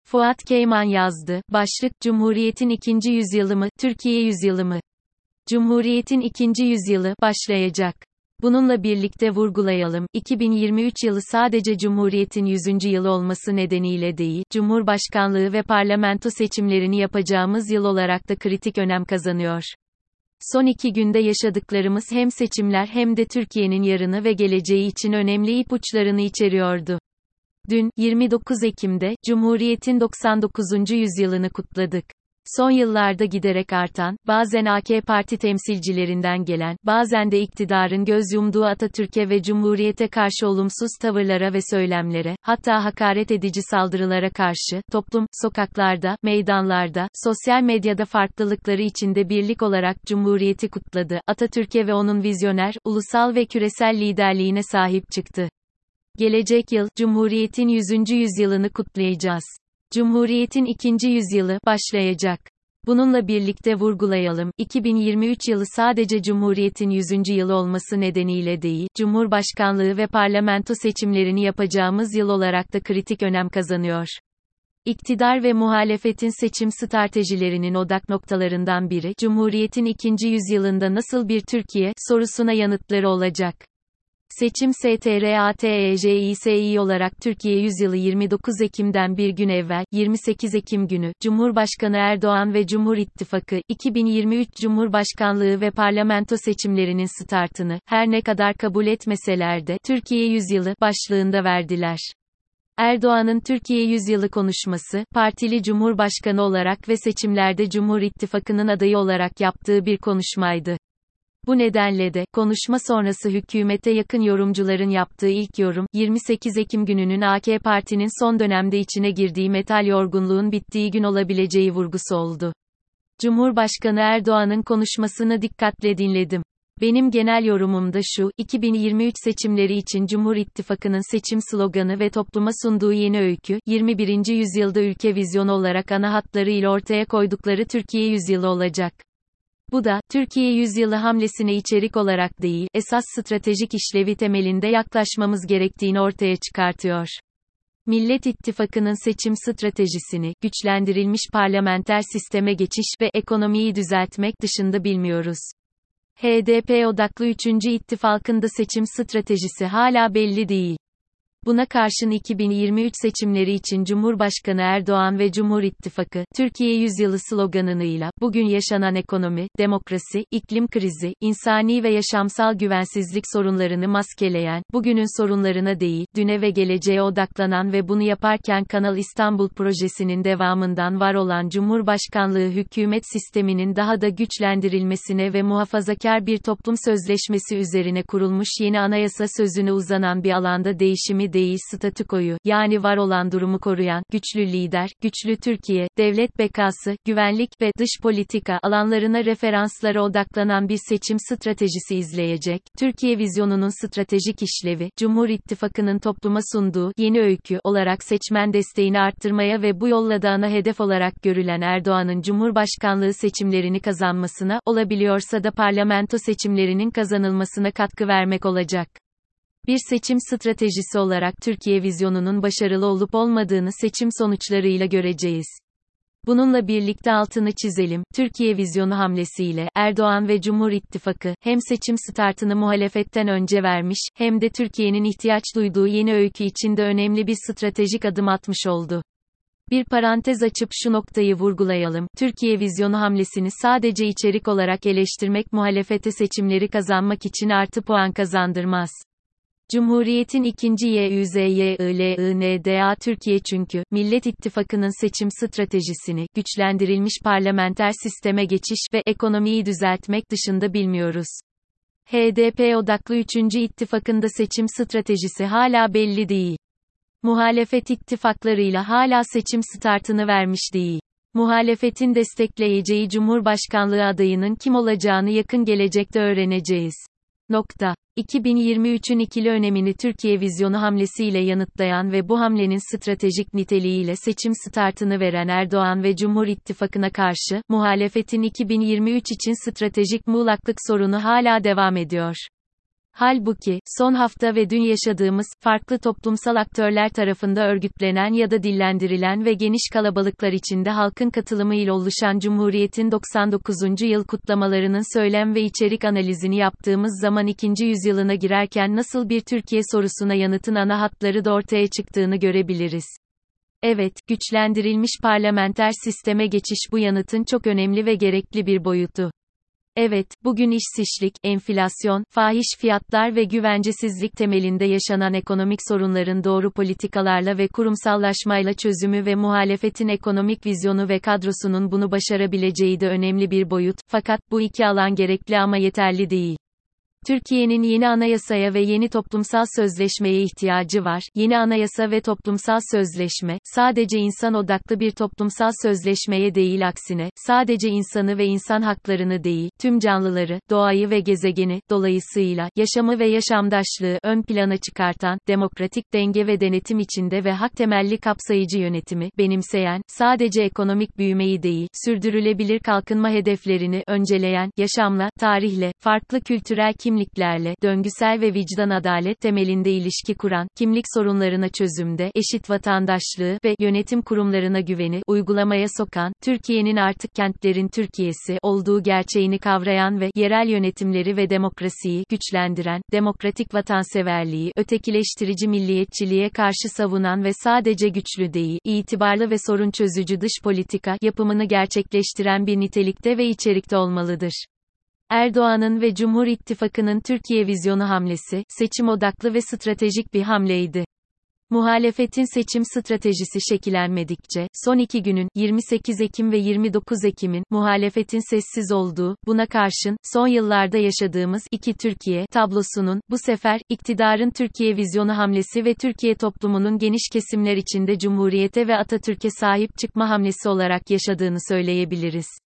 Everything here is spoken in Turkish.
Fuat Keyman yazdı. Başlık: Cumhuriyet'in ikinci yüzyılı mı, Türkiye yüzyılı mı? Cumhuriyet'in ikinci yüzyılı başlayacak. Bununla birlikte vurgulayalım, 2023 yılı sadece Cumhuriyet'in 100. yılı olması nedeniyle değil, Cumhurbaşkanlığı ve parlamento seçimlerini yapacağımız yıl olarak da kritik önem kazanıyor. Son 2 günde yaşadıklarımız hem seçimler hem de Türkiye'nin yarını ve geleceği için önemli ipuçlarını içeriyordu. Dün, 29 Ekim'de, Cumhuriyet'in 99. yüzyılını kutladık. Son yıllarda giderek artan, bazen AK Parti temsilcilerinden gelen, bazen de iktidarın göz yumduğu Atatürk'e ve Cumhuriyet'e karşı olumsuz tavırlara ve söylemlere, hatta hakaret edici saldırılara karşı, toplum, sokaklarda, meydanlarda, sosyal medyada farklılıkları içinde birlik olarak Cumhuriyet'i kutladı, Atatürk'e ve onun vizyoner, ulusal ve küresel liderliğine sahip çıktı. Gelecek yıl, Cumhuriyet'in 100. yüzyılını kutlayacağız. Cumhuriyet'in ikinci yüzyılı başlayacak. Bununla birlikte vurgulayalım, 2023 yılı sadece Cumhuriyet'in 100. yılı olması nedeniyle değil, Cumhurbaşkanlığı ve parlamento seçimlerini yapacağımız yıl olarak da kritik önem kazanıyor. İktidar ve muhalefetin seçim stratejilerinin odak noktalarından biri, Cumhuriyet'in ikinci yüzyılında nasıl bir Türkiye, sorusuna yanıtları olacak. Seçim STRATEJISİ olarak Türkiye Yüzyılı 29 Ekim'den bir gün evvel, 28 Ekim günü, Cumhurbaşkanı Erdoğan ve Cumhur İttifakı, 2023 Cumhurbaşkanlığı ve parlamento seçimlerinin startını, her ne kadar kabul etmeseler de, Türkiye Yüzyılı, başlığında verdiler. Erdoğan'ın Türkiye Yüzyılı konuşması, partili Cumhurbaşkanı olarak ve seçimlerde Cumhur İttifakı'nın adayı olarak yaptığı bir konuşmaydı. Bu nedenle de, konuşma sonrası hükümete yakın yorumcuların yaptığı ilk yorum, 28 Ekim gününün AK Parti'nin son dönemde içine girdiği metal yorgunluğun bittiği gün olabileceği vurgusu oldu. Cumhurbaşkanı Erdoğan'ın konuşmasını dikkatle dinledim. Benim genel yorumum da şu, 2023 seçimleri için Cumhur İttifakı'nın seçim sloganı ve topluma sunduğu yeni öykü, 21. yüzyılda ülke vizyonu olarak ana hatlarıyla ortaya koydukları Türkiye yüzyılı olacak. Bu da, Türkiye yüzyılı hamlesine içerik olarak değil, esas stratejik işlevi temelinde yaklaşmamız gerektiğini ortaya çıkartıyor. Millet İttifakı'nın seçim stratejisini, güçlendirilmiş parlamenter sisteme geçiş ve ekonomiyi düzeltmek dışında bilmiyoruz. HDP odaklı 3. İttifakın da seçim stratejisi hala belli değil. Buna karşın 2023 seçimleri için Cumhurbaşkanı Erdoğan ve Cumhur İttifakı, Türkiye Yüzyılı sloganıyla, bugün yaşanan ekonomi, demokrasi, iklim krizi, insani ve yaşamsal güvensizlik sorunlarını maskeleyen, bugünün sorunlarına değil, düne ve geleceğe odaklanan ve bunu yaparken Kanal İstanbul projesinin devamından var olan Cumhurbaşkanlığı hükümet sisteminin daha da güçlendirilmesine ve muhafazakar bir toplum sözleşmesi üzerine kurulmuş yeni anayasa sözüne uzanan bir alanda değişimi değil statükoyu, yani var olan durumu koruyan, güçlü lider, güçlü Türkiye, devlet bekası, güvenlik ve dış politika alanlarına referanslara odaklanan bir seçim stratejisi izleyecek. Türkiye vizyonunun stratejik işlevi, Cumhur İttifakı'nın topluma sunduğu yeni öykü olarak seçmen desteğini arttırmaya ve bu yolla da ana hedef olarak görülen Erdoğan'ın Cumhurbaşkanlığı seçimlerini kazanmasına, olabiliyorsa da parlamento seçimlerinin kazanılmasına katkı vermek olacak. Bir seçim stratejisi olarak Türkiye vizyonunun başarılı olup olmadığını seçim sonuçlarıyla göreceğiz. Bununla birlikte altını çizelim, Türkiye vizyonu hamlesiyle, Erdoğan ve Cumhur İttifakı, hem seçim startını muhalefetten önce vermiş, hem de Türkiye'nin ihtiyaç duyduğu yeni öykü içinde önemli bir stratejik adım atmış oldu. Bir parantez açıp şu noktayı vurgulayalım, Türkiye vizyonu hamlesini sadece içerik olarak eleştirmek muhalefete seçimleri kazanmak için artı puan kazandırmaz. Cumhuriyet'in ikinci yüzyılında Türkiye çünkü, Millet İttifakı'nın seçim stratejisini, güçlendirilmiş parlamenter sisteme geçiş ve ekonomiyi düzeltmek dışında bilmiyoruz. HDP odaklı 3. İttifakın da seçim stratejisi hala belli değil. Muhalefet ittifaklarıyla hala seçim startını vermiş değil. Muhalefetin destekleyeceği Cumhurbaşkanlığı adayının kim olacağını yakın gelecekte öğreneceğiz. 2023'ün ikili önemini Türkiye vizyonu hamlesiyle yanıtlayan ve bu hamlenin stratejik niteliğiyle seçim startını veren Erdoğan ve Cumhur İttifakı'na karşı, muhalefetin 2023 için stratejik muğlaklık sorunu hala devam ediyor. Halbuki, son hafta ve dün yaşadığımız, farklı toplumsal aktörler tarafında örgütlenen ya da dillendirilen ve geniş kalabalıklar içinde halkın katılımıyla oluşan Cumhuriyet'in 99. yıl kutlamalarının söylem ve içerik analizini yaptığımız zaman 2. yüzyılına girerken nasıl bir Türkiye sorusuna yanıtın ana hatları da ortaya çıktığını görebiliriz. Evet, güçlendirilmiş parlamenter sisteme geçiş bu yanıtın çok önemli ve gerekli bir boyutu. Evet, bugün işsizlik, enflasyon, fahiş fiyatlar ve güvencesizlik temelinde yaşanan ekonomik sorunların doğru politikalarla ve kurumsallaşmayla çözümü ve muhalefetin ekonomik vizyonu ve kadrosunun bunu başarabileceği de önemli bir boyut, fakat bu iki alan gerekli ama yeterli değil. Türkiye'nin yeni anayasaya ve yeni toplumsal sözleşmeye ihtiyacı var. Yeni anayasa ve toplumsal sözleşme, sadece insan odaklı bir toplumsal sözleşmeye değil aksine, sadece insanı ve insan haklarını değil, tüm canlıları, doğayı ve gezegeni, dolayısıyla, yaşamı ve yaşamdaşlığı ön plana çıkartan, demokratik denge ve denetim içinde ve hak temelli kapsayıcı yönetimi, benimseyen, sadece ekonomik büyümeyi değil, sürdürülebilir kalkınma hedeflerini önceleyen, yaşamla, tarihle, farklı kültürel kimliklerle, döngüsel ve vicdan adalet temelinde ilişki kuran, kimlik sorunlarına çözümde, eşit vatandaşlığı ve yönetim kurumlarına güveni uygulamaya sokan, Türkiye'nin artık kentlerin Türkiye'si olduğu gerçeğini kavrayan ve yerel yönetimleri ve demokrasiyi güçlendiren, demokratik vatanseverliği, ötekileştirici milliyetçiliğe karşı savunan ve sadece güçlü değil, itibarlı ve sorun çözücü dış politika yapımını gerçekleştiren bir nitelikte ve içerikte olmalıdır. Erdoğan'ın ve Cumhur İttifakı'nın Türkiye vizyonu hamlesi, seçim odaklı ve stratejik bir hamleydi. Muhalefetin seçim stratejisi şekillenmedikçe, son 2 günün, 28 Ekim ve 29 Ekim'in, muhalefetin sessiz olduğu, buna karşın, son yıllarda yaşadığımız iki Türkiye tablosunun, bu sefer, iktidarın Türkiye vizyonu hamlesi ve Türkiye toplumunun geniş kesimler içinde Cumhuriyete ve Atatürk'e sahip çıkma hamlesi olarak yaşadığını söyleyebiliriz.